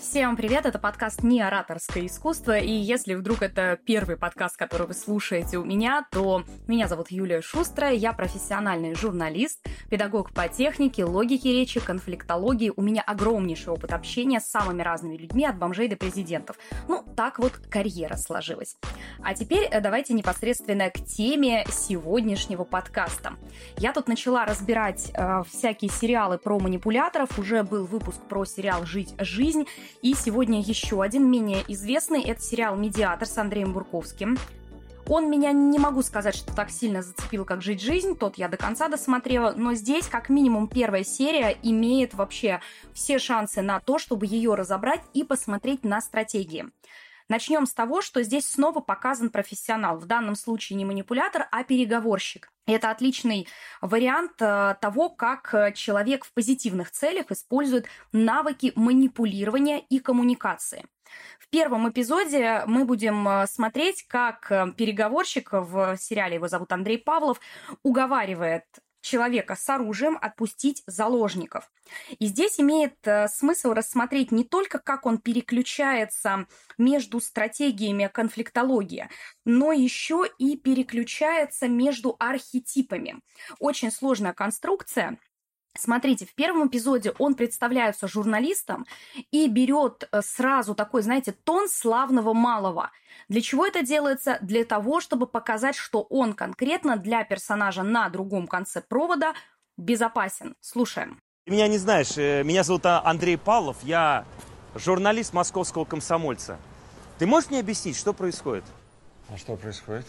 Всем привет, это подкаст «Не ораторское искусство», и если вдруг это первый подкаст, который вы слушаете у меня, то меня зовут Юлия Шустрая, я профессиональный журналист, педагог по технике, логике речи, конфликтологии, у меня огромнейший опыт общения с самыми разными людьми, от бомжей до президентов. Ну, так вот карьера сложилась. А теперь давайте непосредственно к теме сегодняшнего подкаста. Я тут начала разбирать всякие сериалы про манипуляторов, уже был выпуск про сериал «Жить жизнь», и сегодня еще один, менее известный, это сериал «Медиатор» с Андреем Бурковским. Он меня, не могу сказать, что так сильно зацепил, как «Жить жизнь», тот я до конца досмотрела, но здесь как минимум первая серия имеет вообще все шансы на то, чтобы ее разобрать и посмотреть на стратегии. Начнем с того, что здесь снова показан профессионал, в данном случае не манипулятор, а переговорщик. Это отличный вариант того, как человек в позитивных целях использует навыки манипулирования и коммуникации. В первом эпизоде мы будем смотреть, как переговорщик, в сериале его зовут Андрей Павлов, уговаривает человека с оружием отпустить заложников. И здесь имеет смысл рассмотреть не только, как он переключается между стратегиями конфликтологии, но еще и переключается между архетипами. Очень сложная конструкция. Смотрите, в первом эпизоде он представляется журналистом и берет сразу такой, знаете, тон славного малого. Для чего это делается? Для того, чтобы показать, что он конкретно для персонажа на другом конце провода безопасен. Слушаем. Ты меня не знаешь, меня зовут Андрей Павлов, я журналист московского «Комсомольца». Ты можешь мне объяснить, что происходит? А что происходит?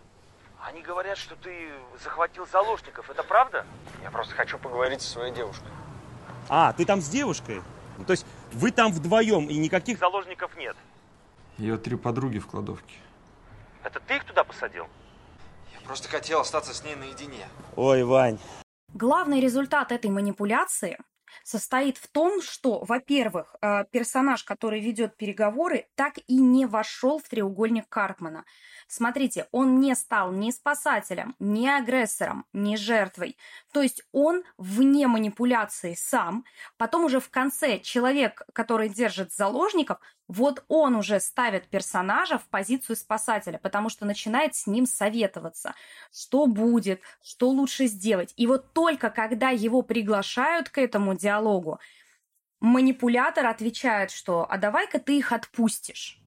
Они говорят, что ты захватил заложников, это правда? Я просто хочу поговорить со своей девушкой. А, ты там с девушкой? Ну, то есть вы там вдвоем и никаких заложников нет? Ее 3 подруги в кладовке. Это ты их туда посадил? Я просто хотел остаться с ней наедине. Ой, Вань. Главный результат этой манипуляции состоит в том, что, во-первых, персонаж, который ведет переговоры, так и не вошел в треугольник Карпмана. Смотрите, он не стал ни спасателем, ни агрессором, ни жертвой. То есть он вне манипуляции сам. Потом уже в конце человек, который держит заложников, вот он уже ставит персонажа в позицию спасателя, потому что начинает с ним советоваться, что будет, что лучше сделать. И вот только когда его приглашают к этому диалогу, манипулятор отвечает, что «а давай-ка ты их отпустишь».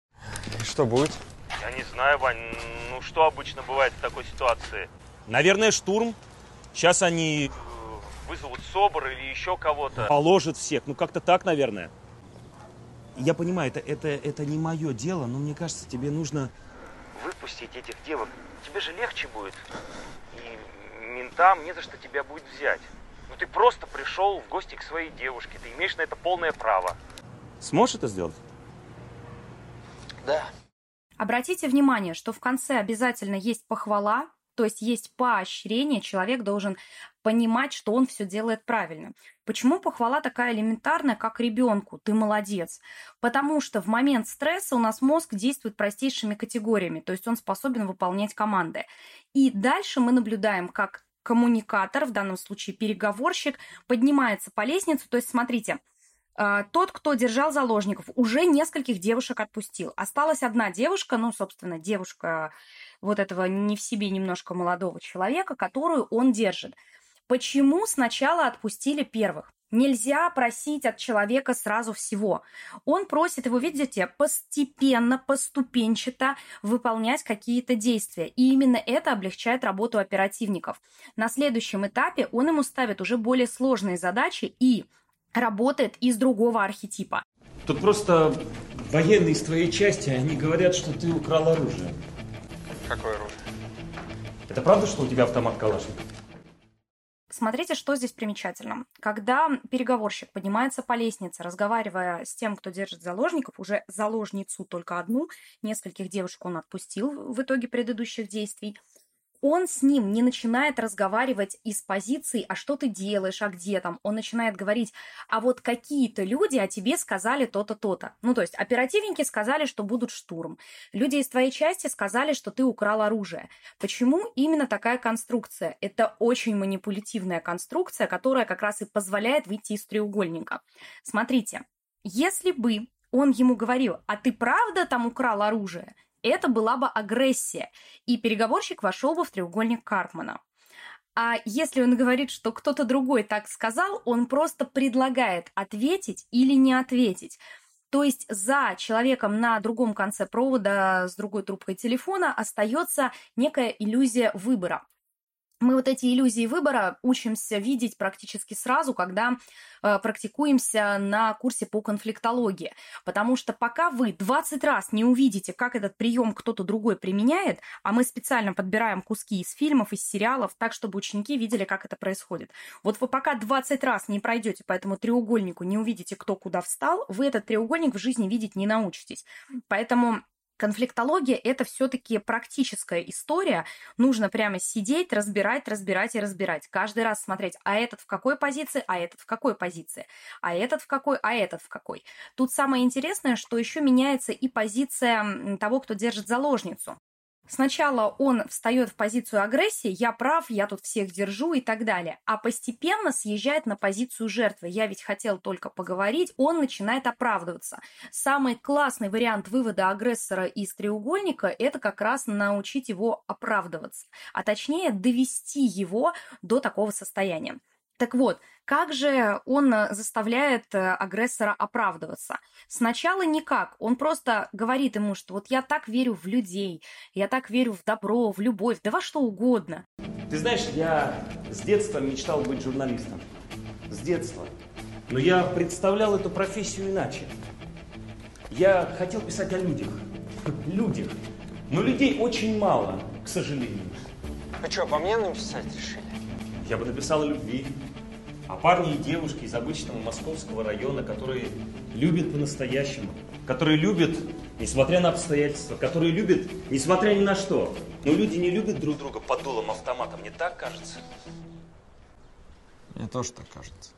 И что будет? Я не знаю, Вань, ну что обычно бывает в такой ситуации? Наверное, штурм. Сейчас они вызовут СОБР или еще кого-то. Положат всех, ну как-то так, наверное. Я понимаю, это не мое дело, но мне кажется, тебе нужно выпустить этих девок. Тебе же легче будет. И ментам не за что тебя будет взять. Ну ты просто пришел в гости к своей девушке. Ты имеешь на это полное право. Сможешь это сделать? Да. Обратите внимание, что в конце обязательно есть похвала, то есть есть поощрение, человек должен понимать, что он все делает правильно. Почему похвала такая элементарная, как ребенку? Ты молодец. Потому что в момент стресса у нас мозг действует простейшими категориями, то есть он способен выполнять команды. И дальше мы наблюдаем, как коммуникатор, в данном случае переговорщик, поднимается по лестнице. То есть смотрите, тот, кто держал заложников, уже нескольких девушек отпустил. Осталась одна девушка, ну, собственно, девушка вот этого не в себе немножко молодого человека, которую он держит. Почему сначала отпустили первых? Нельзя просить от человека сразу всего. Он просит его, видите, постепенно, поступенчато выполнять какие-то действия. И именно это облегчает работу оперативников. На следующем этапе он ему ставит уже более сложные задачи и работает из другого архетипа. Тут просто военные из твоей части, они говорят, что ты украл оружие. Какое оружие? Это правда, что у тебя автомат Калашников? Смотрите, что здесь примечательно. Когда переговорщик поднимается по лестнице, разговаривая с тем, кто держит заложников, уже заложницу только одну, нескольких девушек он отпустил в итоге предыдущих действий, он с ним не начинает разговаривать из позиции «а что ты делаешь, а где там?». Он начинает говорить «а вот какие-то люди о тебе сказали то-то, то-то». Ну, то есть оперативники сказали, что будут штурм. Люди из твоей части сказали, что ты украл оружие. Почему именно такая конструкция? Это очень манипулятивная конструкция, которая как раз и позволяет выйти из треугольника. Смотрите. Если бы он ему говорил: а ты правда там украл оружие? Это была бы агрессия, и переговорщик вошел бы в треугольник Карпмана. А если он говорит, что кто-то другой так сказал, он просто предлагает ответить или не ответить. То есть за человеком на другом конце провода с другой трубкой телефона остается некая иллюзия выбора. Мы вот эти иллюзии выбора учимся видеть практически сразу, когда практикуемся на курсе по конфликтологии. Потому что пока вы 20 раз не увидите, как этот прием кто-то другой применяет, а мы специально подбираем куски из фильмов, из сериалов, так, чтобы ученики видели, как это происходит. Вот вы пока 20 раз не пройдете по этому треугольнику, не увидите, кто куда встал, вы этот треугольник в жизни видеть не научитесь. Поэтому конфликтология – это все-таки практическая история. Нужно прямо сидеть, разбирать и разбирать. Каждый раз смотреть, а этот в какой позиции, а этот в какой позиции, а этот в какой, а этот в какой. Тут самое интересное, что еще меняется и позиция того, кто держит заложницу. Сначала он встает в позицию агрессии, я прав, я тут всех держу и так далее, а постепенно съезжает на позицию жертвы. Я ведь хотел только поговорить, он начинает оправдываться. Самый классный вариант вывода агрессора из треугольника – это как раз научить его оправдываться, а точнее довести его до такого состояния. Так вот, как же он заставляет агрессора оправдываться? Сначала никак. Он просто говорит ему, что вот я так верю в людей, я так верю в добро, в любовь, да во что угодно. Ты знаешь, я с детства мечтал быть журналистом. С детства. Но я представлял эту профессию иначе. Я хотел писать о людях. Людях. Но людей очень мало, к сожалению. А что, по мне написать решили? Я бы написал о любви. О парне и девушке из обычного московского района, которые любят по-настоящему. Которые любят, несмотря на обстоятельства. Которые любят, несмотря ни на что. Но люди не любят друг друга под дулом автомата. Мне так кажется. Мне тоже так кажется.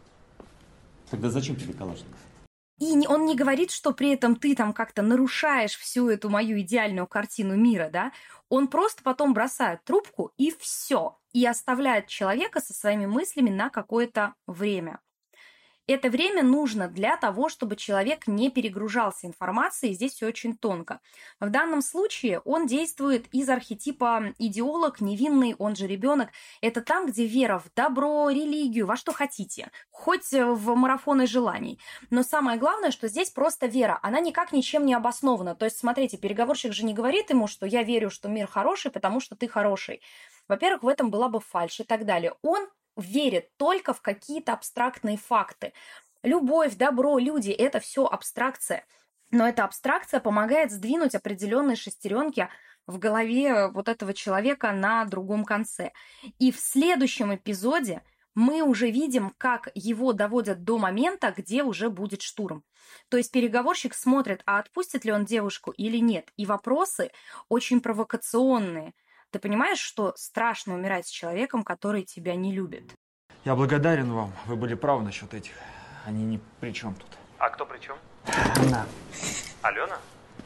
Тогда зачем тебе Калашников? И он не говорит, что при этом ты там как-то нарушаешь всю эту мою идеальную картину мира, да? Он просто потом бросает трубку и все. И оставляет человека со своими мыслями на какое-то время. Это время нужно для того, чтобы человек не перегружался информацией. Здесь все очень тонко. В данном случае он действует из архетипа идеолог, невинный, он же ребенок. Это там, где вера в добро, религию, во что хотите. Хоть в марафоны желаний. Но самое главное, что здесь просто вера. Она никак ничем не обоснована. То есть, смотрите, переговорщик же не говорит ему, что я верю, что мир хороший, потому что ты хороший. Во-первых, в этом была бы фальшь и так далее. Он верит только в какие-то абстрактные факты. Любовь, добро, люди – это все абстракция. Но эта абстракция помогает сдвинуть определенные шестеренки в голове вот этого человека на другом конце. И в следующем эпизоде мы уже видим, как его доводят до момента, где уже будет штурм. То есть переговорщик смотрит, а отпустит ли он девушку или нет. И вопросы очень провокационные. Ты понимаешь, что страшно умирать с человеком, который тебя не любит? Я благодарен вам. Вы были правы насчет этих. Они ни при чем тут. А кто при чем? Она. Алена?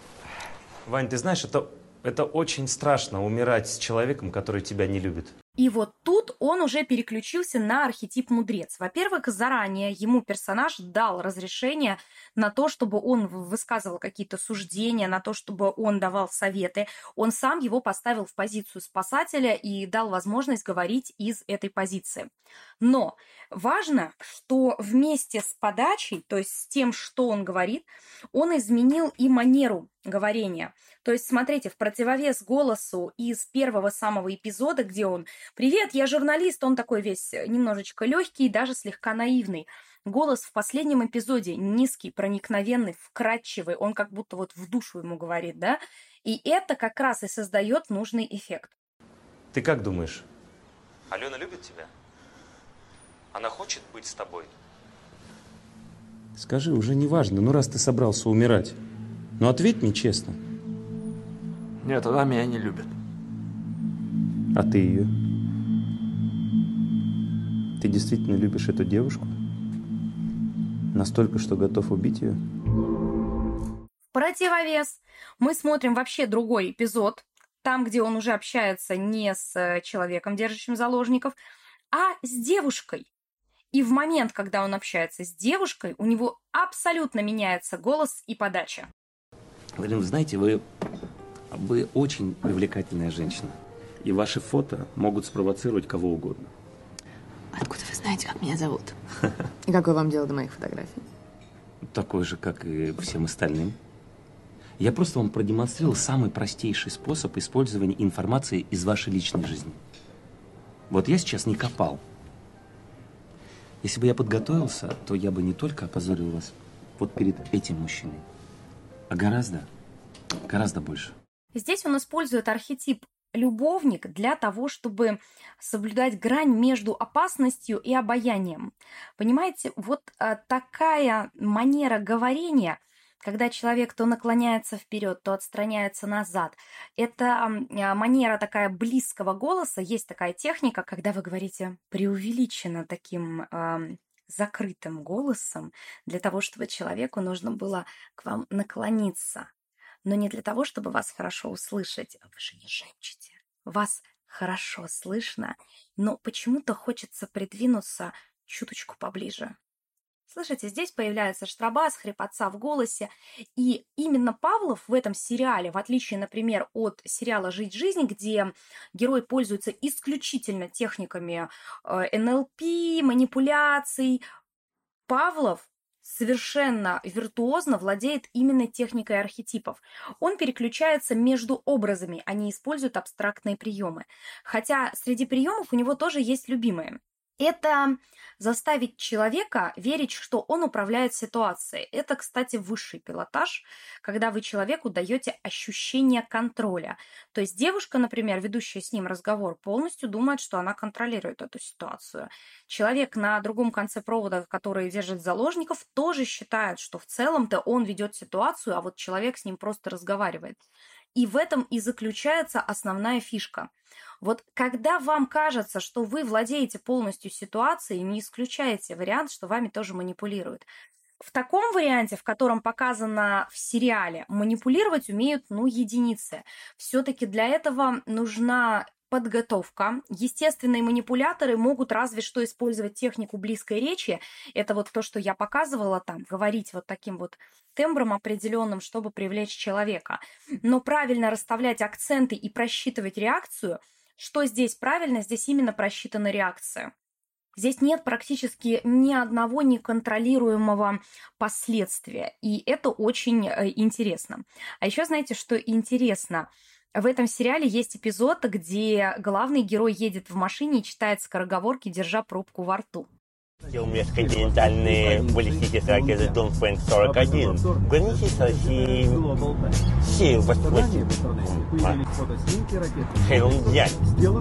Вань, ты знаешь, это очень страшно умирать с человеком, который тебя не любит. И вот тут он уже переключился на архетип мудрец. Во-первых, заранее ему персонаж дал разрешение на то, чтобы он высказывал какие-то суждения, на то, чтобы он давал советы. Он сам его поставил в позицию спасателя и дал возможность говорить из этой позиции. Но важно, что вместе с подачей, то есть с тем, что он говорит, он изменил и манеру говорения. То есть, смотрите, в противовес голосу из первого самого эпизода, где он «Привет, я журналист», он такой весь немножечко легкий, даже слегка наивный. Голос в последнем эпизоде низкий, проникновенный, вкрадчивый, он как будто вот в душу ему говорит, да? И это как раз и создает нужный эффект. Ты как думаешь, Алена любит тебя? Она хочет быть с тобой? Скажи, уже не важно, ну раз ты собрался умирать. Ну ответь мне честно. Нет, она меня не любит. А ты ее? Ты действительно любишь эту девушку? Настолько, что готов убить ее? В противовес мы смотрим вообще другой эпизод, там, где он уже общается не с человеком, держащим заложников, а с девушкой. И в момент, когда он общается с девушкой, у него абсолютно меняется голос и подача. Вы знаете, вы очень привлекательная женщина. И ваши фото могут спровоцировать кого угодно. Откуда вы знаете, как меня зовут? И какое вам дело до моих фотографий? Такой же, как и всем остальным. Я просто вам продемонстрировал самый простейший способ использования информации из вашей личной жизни. Вот я сейчас не копал. Если бы я подготовился, то я бы не только опозорил вас вот перед этим мужчиной, а гораздо больше. Здесь он использует архетип любовник для того, чтобы соблюдать грань между опасностью и обаянием. Понимаете, вот такая манера говорения, когда человек то наклоняется вперед, то отстраняется назад, это манера такая близкого голоса. Есть такая техника, когда вы говорите преувеличенно таким закрытым голосом, для того, чтобы человеку нужно было к вам наклониться. Но не для того, чтобы вас хорошо услышать. Вы же не шепчете. Вас хорошо слышно, но почему-то хочется придвинуться чуточку поближе. Слышите, здесь появляется штрабас, хрипотца в голосе. И именно Павлов в этом сериале, в отличие, например, от сериала «Жить жизнь», где герой пользуется исключительно техниками НЛП, манипуляций, Павлов совершенно виртуозно владеет именно техникой архетипов. Он переключается между образами, а не использует абстрактные приемы. Хотя среди приемов у него тоже есть любимые. Это заставить человека верить, что он управляет ситуацией. Это, кстати, высший пилотаж, когда вы человеку даете ощущение контроля. То есть девушка, например, ведущая с ним разговор, полностью думает, что она контролирует эту ситуацию. Человек на другом конце провода, который держит заложников, тоже считает, что в целом-то он ведет ситуацию, а вот человек с ним просто разговаривает. И в этом и заключается основная фишка. Вот когда вам кажется, что вы владеете полностью ситуацией, не исключайте вариант, что вами тоже манипулируют. В таком варианте, в котором показано в сериале, манипулировать умеют, единицы. Все-таки для этого нужна подготовка. Естественные манипуляторы могут разве что использовать технику близкой речи. Это вот то, что я показывала там, говорить вот таким вот тембром определенным, чтобы привлечь человека. Но правильно расставлять акценты и просчитывать реакцию, что здесь правильно, здесь именно просчитана реакция. Здесь нет практически ни одного неконтролируемого последствия. И это очень интересно. А еще знаете, что интересно? В этом сериале есть эпизод, где главный герой едет в машине и читает скороговорки, держа пробку во рту. У межконтинентальные баллистические ракеты Дунфэнг-41 в границе с Россией Хэйлунцзянь.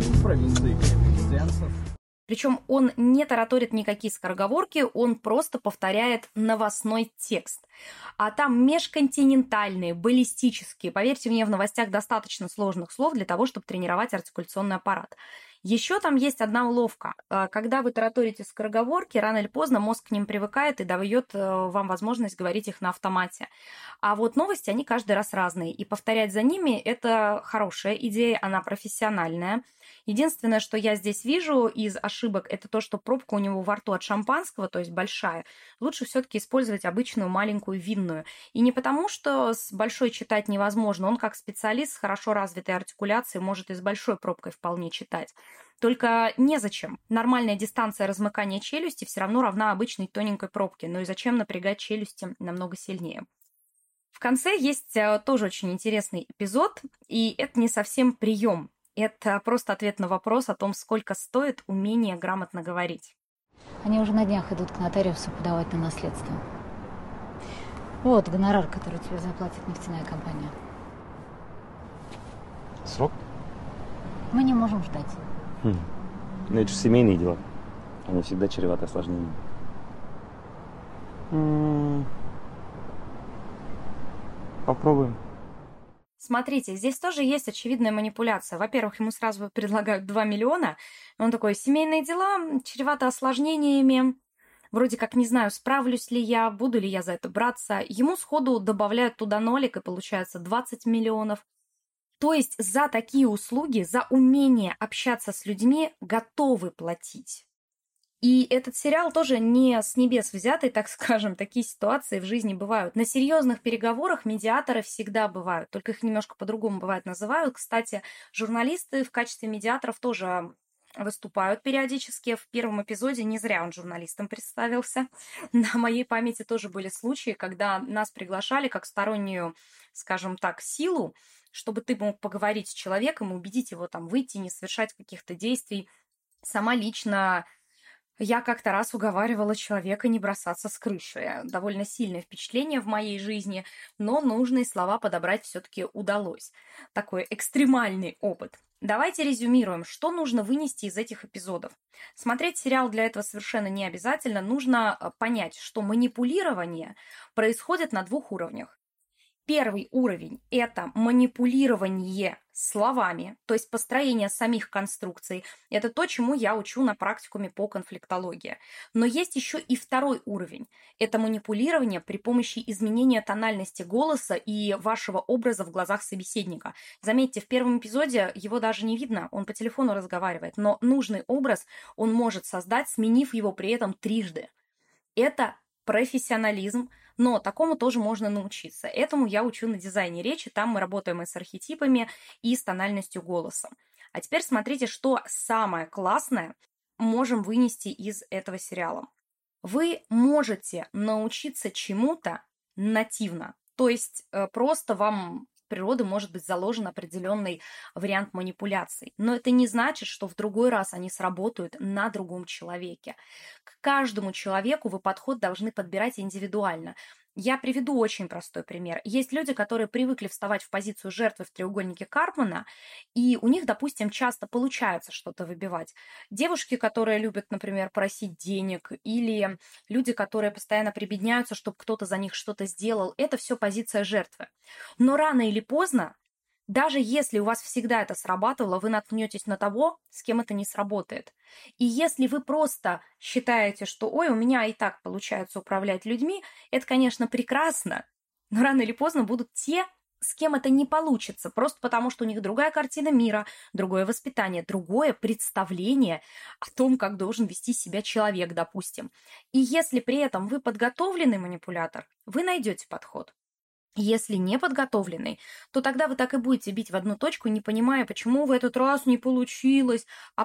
Причем он не тараторит никакие скороговорки, он просто повторяет новостной текст. А там межконтинентальные, баллистические. Поверьте мне, в новостях достаточно сложных слов для того, чтобы тренировать артикуляционный аппарат. Еще там есть одна уловка. Когда вы тараторите скороговорки, рано или поздно мозг к ним привыкает и дает вам возможность говорить их на автомате. А вот новости, они каждый раз разные. И повторять за ними – это хорошая идея, она профессиональная. Единственное, что я здесь вижу из ошибок, это то, что пробка у него во рту от шампанского, то есть большая. Лучше все-таки использовать обычную маленькую винную. И не потому, что с большой читать невозможно. Он как специалист с хорошо развитой артикуляцией может и с большой пробкой вполне читать. Только незачем. Нормальная дистанция размыкания челюсти все равно равна обычной тоненькой пробке. Ну и зачем напрягать челюсти намного сильнее? В конце есть тоже очень интересный эпизод, и это не совсем прием. Это просто ответ на вопрос о том, сколько стоит умение грамотно говорить. Они уже на днях идут к нотариусу подавать на наследство. Вот гонорар, который тебе заплатит нефтяная компания. Срок? Мы не можем ждать. Ну это же семейные дела. Они всегда чреваты осложнениями. Попробуем. Смотрите, здесь тоже есть очевидная манипуляция. Во-первых, ему сразу предлагают 2 миллиона. Он такой, семейные дела, чревато осложнениями. Вроде как не знаю, справлюсь ли я, буду ли я за это браться. Ему сходу добавляют туда нолик, и получается 20 миллионов. То есть за такие услуги, за умение общаться с людьми готовы платить. И этот сериал тоже не с небес взятый, так скажем, такие ситуации в жизни бывают. На серьезных переговорах медиаторы всегда бывают, только их немножко по-другому бывает называют. Кстати, журналисты в качестве медиаторов тоже выступают периодически. В первом эпизоде не зря он журналистом представился. На моей памяти тоже были случаи, когда нас приглашали как стороннюю, скажем так, силу, чтобы ты мог поговорить с человеком и убедить его там выйти, не совершать каких-то действий. Сама лично я как-то раз уговаривала человека не бросаться с крыши. Довольно сильное впечатление в моей жизни, но нужные слова подобрать все-таки удалось. Такой экстремальный опыт. Давайте резюмируем, что нужно вынести из этих эпизодов. Смотреть сериал для этого совершенно не обязательно. Нужно понять, что манипулирование происходит на 2 уровнях. Первый уровень – это манипулирование словами, то есть построение самих конструкций. Это то, чему я учу на практикуме по конфликтологии. Но есть еще и второй уровень. Это манипулирование при помощи изменения тональности голоса и вашего образа в глазах собеседника. Заметьте, в первом эпизоде его даже не видно, он по телефону разговаривает, но нужный образ он может создать, сменив его при этом трижды. Это профессионализм, но такому тоже можно научиться. Этому я учу на дизайне речи, там мы работаем и с архетипами, и с тональностью голоса. А теперь смотрите, что самое классное можем вынести из этого сериала. Вы можете научиться чему-то нативно, то есть просто вам в природе может быть заложен определенный вариант манипуляций. Но это не значит, что в другой раз они сработают на другом человеке. К каждому человеку вы подход должны подбирать индивидуально. Я приведу очень простой пример. Есть люди, которые привыкли вставать в позицию жертвы в треугольнике Карпмана, и у них, допустим, часто получается что-то выбивать. Девушки, которые любят, например, просить денег, или люди, которые постоянно прибедняются, чтобы кто-то за них что-то сделал, это все позиция жертвы. Но рано или поздно, даже если у вас всегда это срабатывало, вы наткнетесь на того, с кем это не сработает. И если вы просто считаете, что «ой, у меня и так получается управлять людьми», это, конечно, прекрасно, но рано или поздно будут те, с кем это не получится, просто потому что у них другая картина мира, другое воспитание, другое представление о том, как должен вести себя человек, допустим. И если при этом вы подготовленный манипулятор, вы найдете подход. Если не подготовленный, то тогда вы так и будете бить в одну точку, не понимая, почему в этот раз не получилось, а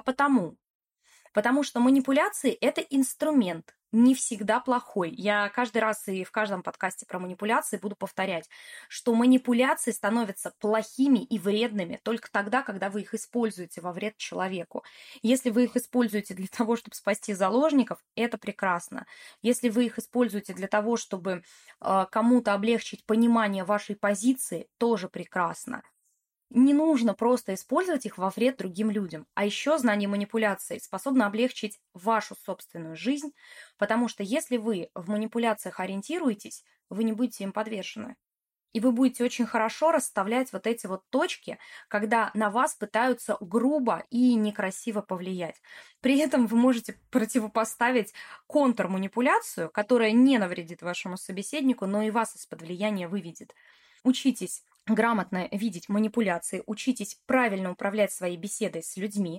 потому что манипуляции – это инструмент, не всегда плохой. Я каждый раз и в каждом подкасте про манипуляции буду повторять, что манипуляции становятся плохими и вредными только тогда, когда вы их используете во вред человеку. Если вы их используете для того, чтобы спасти заложников, это прекрасно. Если вы их используете для того, чтобы кому-то облегчить понимание вашей позиции, тоже прекрасно. Не нужно просто использовать их во вред другим людям. А еще знание манипуляций способно облегчить вашу собственную жизнь, потому что если вы в манипуляциях ориентируетесь, вы не будете им подвержены. И вы будете очень хорошо расставлять вот эти вот точки, когда на вас пытаются грубо и некрасиво повлиять. При этом вы можете противопоставить контрманипуляцию, которая не навредит вашему собеседнику, но и вас из-под влияния выведет. Учитесь грамотно видеть манипуляции, учитесь правильно управлять своей беседой с людьми.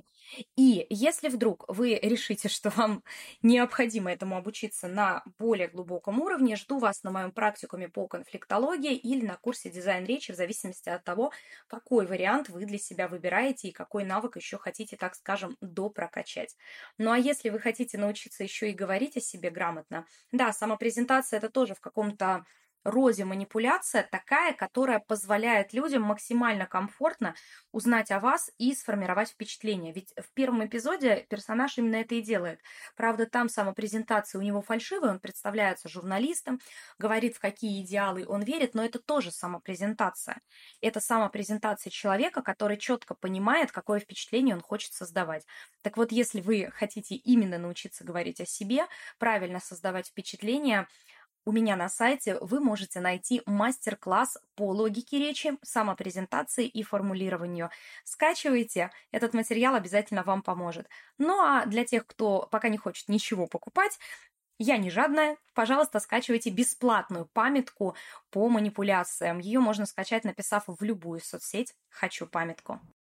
И если вдруг вы решите, что вам необходимо этому обучиться на более глубоком уровне, жду вас на моем практикуме по конфликтологии или на курсе дизайн речи, в зависимости от того, какой вариант вы для себя выбираете и какой навык еще хотите, так скажем, допрокачать. Ну а если вы хотите научиться еще и говорить о себе грамотно, да, самопрезентация – это тоже в каком-то роде манипуляция такая, которая позволяет людям максимально комфортно узнать о вас и сформировать впечатление. Ведь в первом эпизоде персонаж именно это и делает. Правда, там самопрезентация у него фальшивая, он представляется журналистом, говорит, в какие идеалы он верит, но это тоже самопрезентация. Это самопрезентация человека, который четко понимает, какое впечатление он хочет создавать. Так вот, если вы хотите именно научиться говорить о себе, правильно создавать впечатление, у меня на сайте вы можете найти мастер-класс по логике речи, самопрезентации и формулированию. Скачивайте, этот материал обязательно вам поможет. Ну а для тех, кто пока не хочет ничего покупать, я не жадная, пожалуйста, скачивайте бесплатную памятку по манипуляциям. Ее можно скачать, написав в любую соцсеть «Хочу памятку».